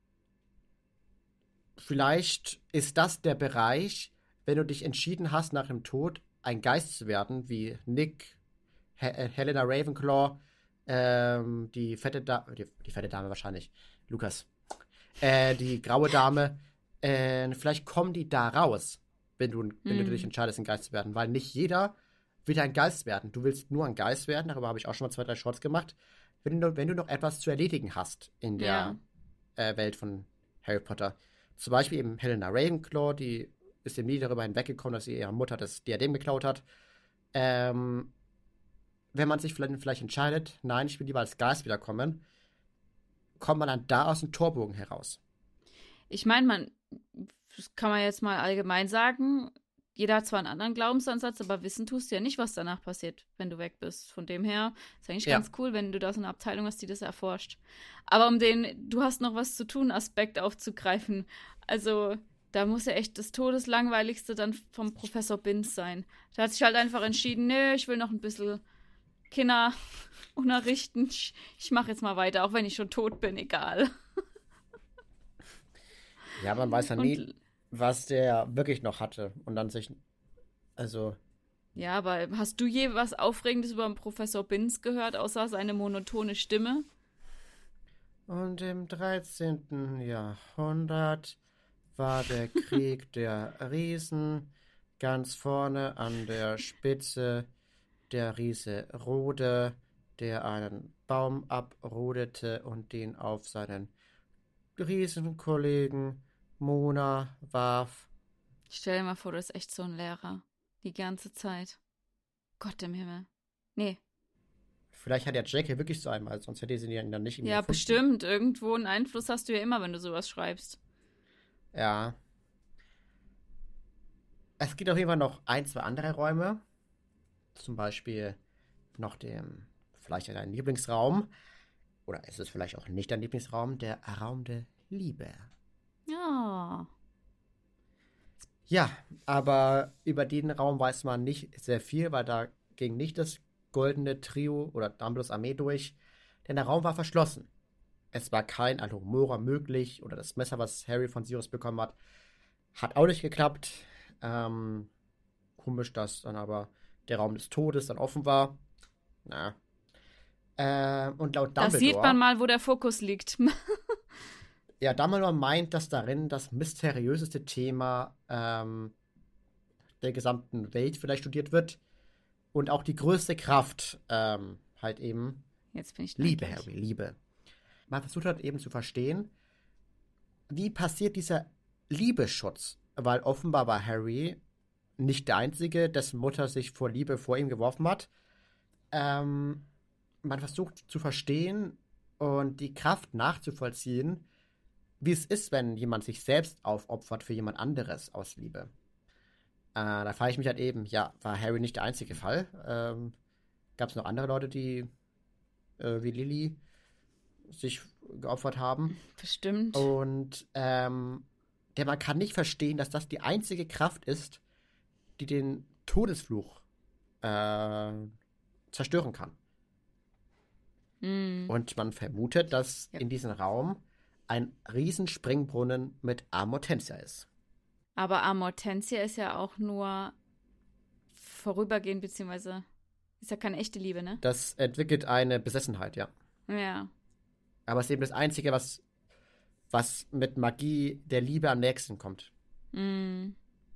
Vielleicht ist das der Bereich, wenn du dich entschieden hast, nach dem Tod ein Geist zu werden, wie Nick, He äh, Helena Ravenclaw, ähm, die fette Dame, die, die fette Dame wahrscheinlich, Lukas, äh, die graue Dame, äh, vielleicht kommen die da raus, wenn du, wenn du dich Hm. entscheidest, ein Geist zu werden, weil nicht jeder will ein Geist werden. Du willst nur ein Geist werden, darüber habe ich auch schon mal zwei, drei Shorts gemacht, wenn du, wenn du noch etwas zu erledigen hast in Ja. der äh, Welt von Harry Potter. Zum Beispiel eben Helena Ravenclaw, die ist eben nie darüber hinweggekommen, dass sie ihrer Mutter das Diadem geklaut hat. Ähm, wenn man sich vielleicht, vielleicht entscheidet, nein, ich will lieber als Geist wiederkommen, kommt man dann da aus dem Torbogen heraus. Ich meine, man, das kann man jetzt mal allgemein sagen. Jeder hat zwar einen anderen Glaubensansatz, aber wissen tust du ja nicht, was danach passiert, wenn du weg bist. Von dem her ist eigentlich Ja, ganz cool, wenn du da so eine Abteilung hast, die das erforscht. Aber um den "Du hast noch was zu tun" Aspekt aufzugreifen, also da muss ja echt das Todeslangweiligste dann vom Professor Binz sein. Der hat sich halt einfach entschieden, nö, ich will noch ein bisschen Kinder unterrichten. Ich, ich mache jetzt mal weiter, auch wenn ich schon tot bin, egal. ja, man weiß ja nie, Und was der wirklich noch hatte. Und dann sich, also, ja, aber hast du je was Aufregendes über den Professor Binz gehört, außer seine monotone Stimme? und im dreizehnten. Jahrhundert war der Krieg der Riesen ganz vorne an der Spitze der Riese Rode, der einen Baum abrodete und den auf seinen Riesenkollegen Mona warf. Stell dir mal vor, du bist echt so ein Lehrer. Die ganze Zeit. Gott im Himmel. Nee. Vielleicht hat ja J K wirklich so einmal, sonst hätte sie ihn dann nicht irgendwie Ja, erfunden. bestimmt. Irgendwo einen Einfluss hast du ja immer, wenn du sowas schreibst. Ja. Es gibt auf jeden Fall noch ein, zwei andere Räume. Zum Beispiel noch dem, vielleicht dein Lieblingsraum. Oder ist es vielleicht auch nicht dein Lieblingsraum? Der Raum der Liebe. Ja. Ja, aber über den Raum weiß man nicht sehr viel, weil da ging nicht das goldene Trio oder Dumbledores Armee durch, denn der Raum war verschlossen. Es war kein Alohomora möglich oder das Messer, was Harry von Sirius bekommen hat. Hat auch nicht geklappt. Ähm, komisch, dass dann aber der Raum des Todes dann offen war. Na. Äh, und laut Da sieht man Dumbledore, mal, wo der Fokus liegt. ja, Dumbledore meint, dass darin das mysteriöseste Thema ähm, der gesamten Welt vielleicht studiert wird. Und auch die größte Kraft ähm, halt eben Jetzt bin ich Liebe, neugierig. Harry, Liebe. Man versucht halt eben zu verstehen, wie passiert dieser Liebesschutz? Weil offenbar war Harry nicht der Einzige, dessen Mutter sich vor Liebe vor ihm geworfen hat. Ähm, man versucht zu verstehen und die Kraft nachzuvollziehen, wie es ist, wenn jemand sich selbst aufopfert für jemand anderes aus Liebe. Äh, da frage ich mich halt eben, ja, war Harry nicht der einzige Fall? Ähm, Gab es noch andere Leute, die äh, wie Lily sich geopfert haben? Bestimmt. Und ähm, der man kann nicht verstehen, dass das die einzige Kraft ist, die den Todesfluch äh, zerstören kann. Mm. Und man vermutet, dass Ja. in diesem Raum ein Riesenspringbrunnen mit Amortentia ist. Aber Amortentia ist ja auch nur vorübergehend, beziehungsweise ist ja keine echte Liebe, ne? Das entwickelt eine Besessenheit, ja. Ja. Aber es ist eben das Einzige, was, was mit Magie der Liebe am nächsten kommt. Mm.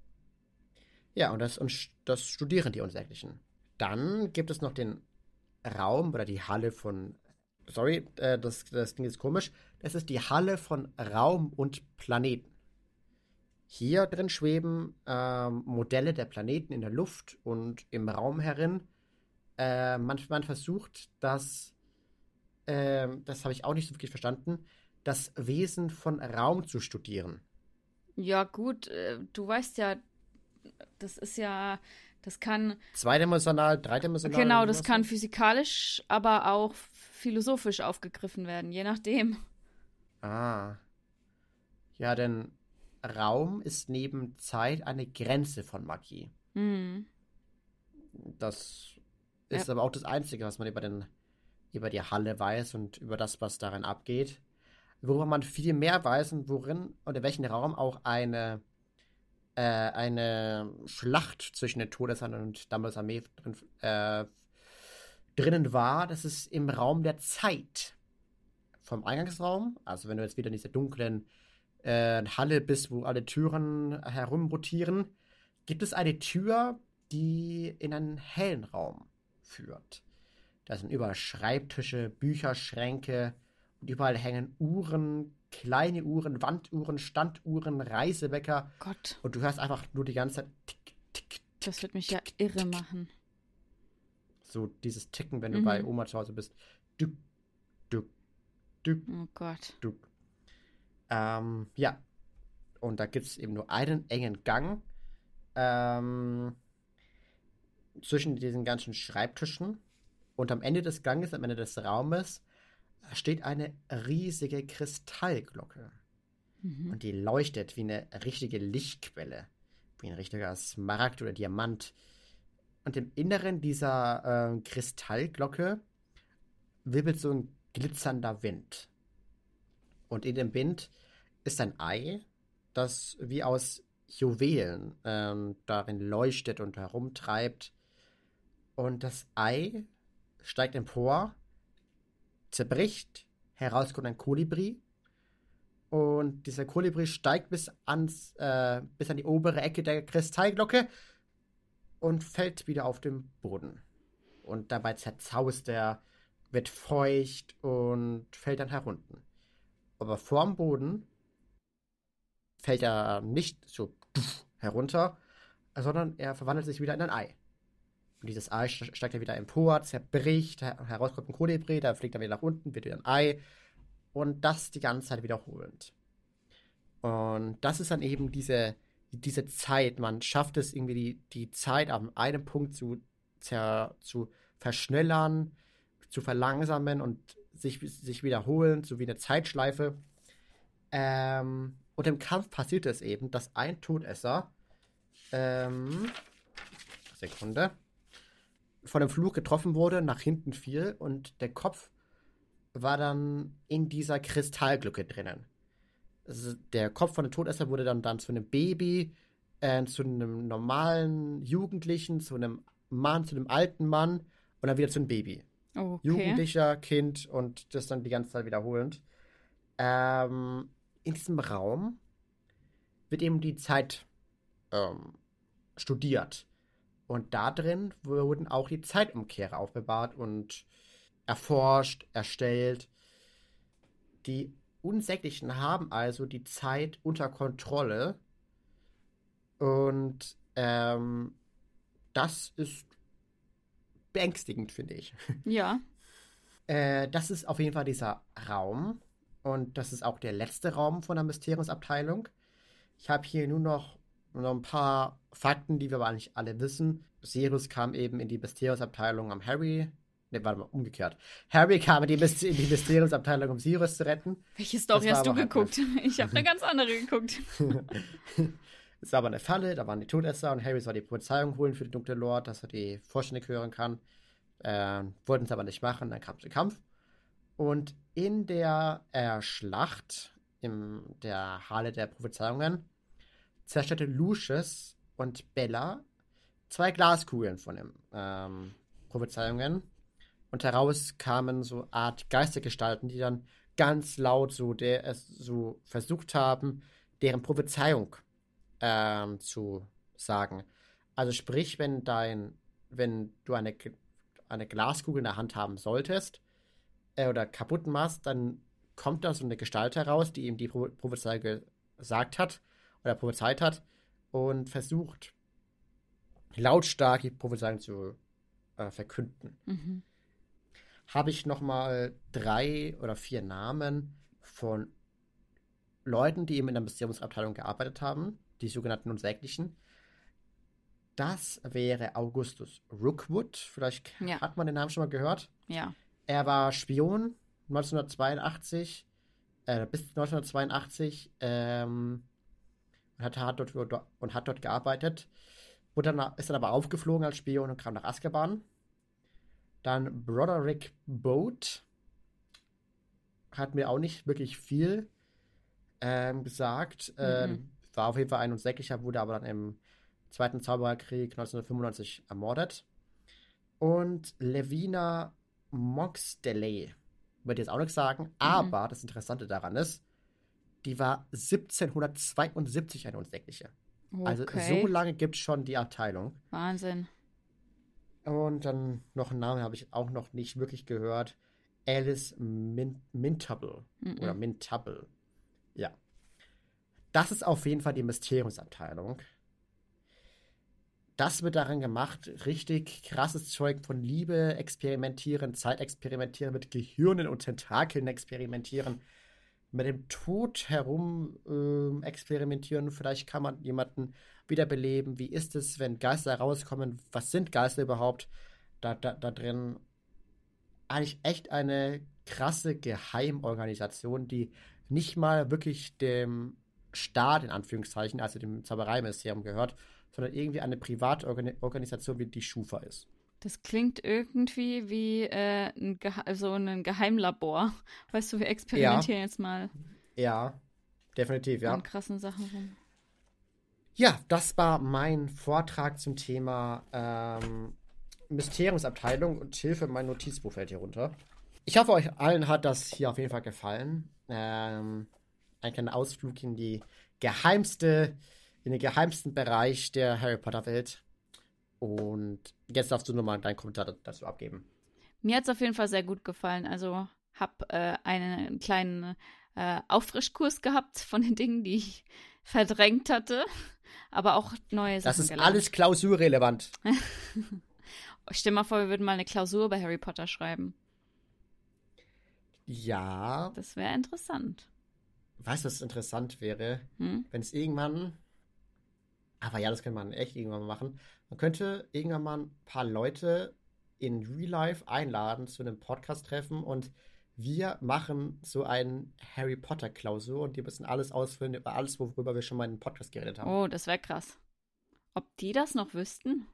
Ja, und das, und das studieren die Unsäglichen. Dann gibt es noch den Raum oder die Halle von. Sorry, äh, das, das klingt jetzt komisch. Das ist die Halle von Raum und Planeten. Hier drin schweben ähm, Modelle der Planeten in der Luft und im Raum herin. Äh, man, man versucht, das, äh, das habe ich auch nicht so wirklich verstanden, das Wesen von Raum zu studieren. Ja, gut, äh, du weißt ja, das ist ja, das kann, Zweidimensional, dreidimensional. genau, oder das sowas? kann physikalisch, aber auch philosophisch aufgegriffen werden, je nachdem. Ah. Ja, denn Raum ist neben Zeit eine Grenze von Magie. Mm. Das Ja. ist aber auch das Einzige, was man über, den, über die Halle weiß und über das, was darin abgeht. Worüber man viel mehr weiß und worin und in welchem Raum auch eine, äh, eine Schlacht zwischen den Todessern und Dumbledores Armee drin, äh, drinnen war. Das ist im Raum der Zeit. Vom Eingangsraum, also wenn du jetzt wieder in dieser dunklen äh, Halle bist, wo alle Türen herumrotieren, gibt es eine Tür, die in einen hellen Raum führt. Da sind überall Schreibtische, Bücherschränke und überall hängen Uhren, kleine Uhren, Wanduhren, Standuhren, Reisewecker Gott, und du hörst einfach nur die ganze Zeit tick, tick, das wird mich ja irre machen. so dieses Ticken, wenn du Mhm. bei Oma zu Hause bist. Dück, dück, dück, Oh Gott. dück. Ähm, ja. Und da gibt es eben nur einen engen Gang ähm, zwischen diesen ganzen Schreibtischen. Und am Ende des Ganges, am Ende des Raumes, steht eine riesige Kristallglocke. Mhm. Und die leuchtet wie eine richtige Lichtquelle. Wie ein richtiger Smaragd oder Diamant. Und im Inneren dieser äh, Kristallglocke wirbelt so ein glitzernder Wind. Und in dem Wind ist ein Ei, das wie aus Juwelen ähm, darin leuchtet und herumtreibt. Und das Ei steigt empor, zerbricht, heraus kommt ein Kolibri. Und dieser Kolibri steigt bis, ans, äh, bis an die obere Ecke der Kristallglocke und fällt wieder auf den Boden. Und dabei zerzaust er, wird feucht und fällt dann herunter. Aber vorm Boden fällt er nicht so herunter, sondern er verwandelt sich wieder in ein Ei. Und dieses Ei steigt er wieder empor, zerbricht, heraus kommt ein Kolibri, da fliegt er wieder nach unten, wird wieder ein Ei. Und das die ganze Zeit wiederholend. Und das ist dann eben diese, diese Zeit. Man schafft es irgendwie, die, die Zeit an einem Punkt zu, zer, zu verschnellern, zu verlangsamen und sich, sich wiederholen, so wie eine Zeitschleife. Ähm, und im Kampf passiert es eben, dass ein Todesser ähm, Sekunde von dem Fluch getroffen wurde, nach hinten fiel und der Kopf war dann in dieser Kristallglocke drinnen. also der Kopf von dem Todesser wurde dann, dann zu einem Baby, äh, zu einem normalen Jugendlichen, zu einem Mann, zu einem alten Mann und dann wieder zu einem Baby. Okay. Jugendlicher, Kind und das dann die ganze Zeit wiederholend. Ähm, in diesem Raum wird eben die Zeit ähm, studiert. Und da drin wurden auch die Zeitumkehrer aufbewahrt und erforscht, erstellt. Die Unsäglichen haben also die Zeit unter Kontrolle. Und ähm, das ist beängstigend, finde ich. Ja. Äh, das ist auf jeden Fall dieser Raum. Und das ist auch der letzte Raum von der Mysteriumsabteilung. Ich habe hier nur noch, noch ein paar Fakten, die wir aber nicht alle wissen. Sirius kam eben in die Mysteriumsabteilung, um Harry. Ne, warte mal, umgekehrt. Harry kam in die, Myst in die Mysteriumsabteilung, um Sirius zu retten. Welche Story Das war hast du aber halt geguckt? Ich habe eine ganz andere geguckt. Es war aber eine Falle, da waren die Todesser und Harry soll die Prophezeiung holen für den dunklen Lord, dass er die vollständig hören kann. Äh, wollten es aber nicht machen, dann kam es der Kampf. Und in der äh, Schlacht, in der Halle der Prophezeiungen, zerstörte Lucius und Bella zwei Glaskugeln von den ähm, Prophezeiungen. Und heraus kamen so Art Geistergestalten, die dann ganz laut so, der, es so versucht haben, deren Prophezeiung ähm, zu sagen. Also sprich, wenn dein, wenn du eine, eine Glaskugel in der Hand haben solltest äh, oder kaputt machst, dann kommt da so eine Gestalt heraus, die ihm die Pro Prophezeiung gesagt hat oder prophezeit hat und versucht lautstark die Prophezeiung zu äh, verkünden. Mhm. Habe ich nochmal drei oder vier Namen von Leuten, die eben in der Mysteriumsabteilung gearbeitet haben, die sogenannten Unsäglichen. Das wäre Augustus Rookwood. Vielleicht Ja. hat man den Namen schon mal gehört. Ja. Er war Spion neunzehnhundertzweiundachtzig, äh, bis neunzehnhundertzweiundachtzig ähm, und, hat, hat dort, und hat dort gearbeitet. Wurde dann, ist dann aber aufgeflogen als Spion und kam nach Azkaban. Dann Broderick Boat. Hat mir auch nicht wirklich viel ähm, gesagt. Ähm, Mhm. War auf jeden Fall ein Unsäglicher, wurde aber dann im Zweiten Zaubererkrieg neunzehnhundertfünfundneunzig ermordet. Und Levina Moxdeley. Würde jetzt auch nichts sagen, aber das Interessante daran ist, die war siebzehnhundertzweiundsiebzig eine Unsägliche. Also Okay. so lange gibt es schon die Abteilung. Wahnsinn. Und dann noch einen Namen habe ich auch noch nicht wirklich gehört. Alice Min Mintable. Mhm. Oder Mintable. Ja. Das ist auf jeden Fall die Mysteriumsabteilung. Das wird daran gemacht, richtig krasses Zeug von Liebe experimentieren, Zeit experimentieren, mit Gehirnen und Tentakeln experimentieren, mit dem Tod herum ähm, experimentieren. Vielleicht kann man jemanden wiederbeleben. Wie ist es, wenn Geister rauskommen? Was sind Geister überhaupt? Da, da, da drin eigentlich echt eine krasse Geheimorganisation, die nicht mal wirklich dem Staat, in Anführungszeichen, also dem Zaubereiministerium gehört, sondern irgendwie eine Privatorganisation wie die Schufa ist. Das klingt irgendwie wie äh, ein, Geha so ein Geheimlabor. Weißt du, wir experimentieren Ja. jetzt mal Ja, definitiv, ja. an krassen Sachen rum. Ja, das war mein Vortrag zum Thema ähm, Mysteriumsabteilung und Hilfe, mein Notizbuch fällt hier runter. Ich hoffe, euch allen hat das hier auf jeden Fall gefallen. Ähm, ein kleiner Ausflug in die geheimste, in den geheimsten Bereich der Harry Potter Welt. Und jetzt darfst du nur mal deinen Kommentar dazu abgeben. Mir hat es auf jeden Fall sehr gut gefallen. Also habe äh, einen kleinen äh, Auffrischkurs gehabt von den Dingen, die ich verdrängt hatte. Aber auch neue Sachen Das ist gelernt. alles klausurrelevant. Stell mal vor, wir würden mal eine Klausur bei Harry Potter schreiben. Ja. Das wäre interessant. Weißt du, was interessant wäre? Hm? Wenn es irgendwann. Aber ja, das könnte man echt irgendwann mal machen. Man könnte irgendwann mal ein paar Leute in Real Life einladen zu einem Podcast-Treffen und wir machen so ein Harry Potter-Klausur und die müssen alles ausfüllen über alles, worüber wir schon mal in einem Podcast geredet haben. Oh, das wäre krass. Ob die das noch wüssten?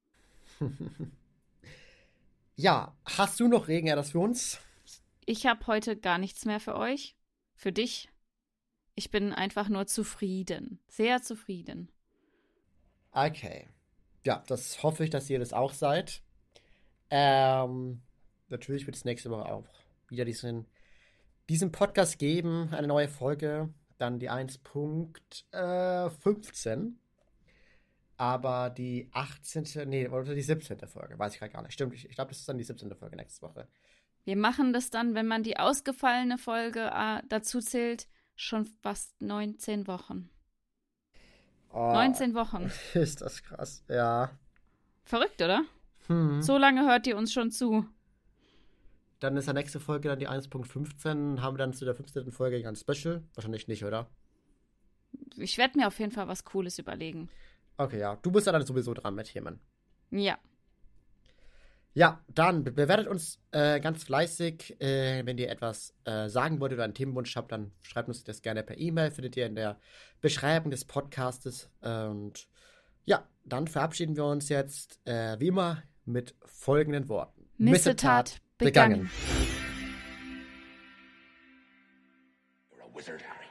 Ja, hast du noch irgendetwas für uns? Ich habe heute gar nichts mehr für euch. Für dich? Ich bin einfach nur zufrieden. Sehr zufrieden. Okay. Ja, das hoffe ich, dass ihr das auch seid. Ähm, natürlich wird es nächste Woche auch wieder diesen, diesen Podcast geben, eine neue Folge, dann die eins Punkt fünfzehn. Aber die achtzehnte. Nee, oder die siebzehnte Folge, weiß ich gerade gar nicht. Stimmt, ich, ich glaube, das ist dann die siebzehnte Folge nächste Woche. Wir machen das dann, wenn man die ausgefallene Folge äh, dazu zählt, schon fast neunzehn Wochen. Oh, neunzehn Wochen. Ist das krass, ja. Verrückt, oder? Hm. So lange hört ihr uns schon zu. Dann ist der nächste Folge dann die eins Punkt fünfzehn. Haben wir dann zu der fünfzehnten Folge ganz Special? Wahrscheinlich nicht, oder? Ich werde mir auf jeden Fall was Cooles überlegen. Okay, ja. Du bist ja dann sowieso dran mit Themen. Ja. Ja, dann be- bewertet uns äh, ganz fleißig. Äh, wenn ihr etwas äh, sagen wollt oder einen Themenwunsch habt, dann schreibt uns das gerne per E-Mail. Findet ihr in der Beschreibung des Podcastes. Und ja, dann verabschieden wir uns jetzt äh, wie immer mit folgenden Worten. Missetat begangen. You're a wizard.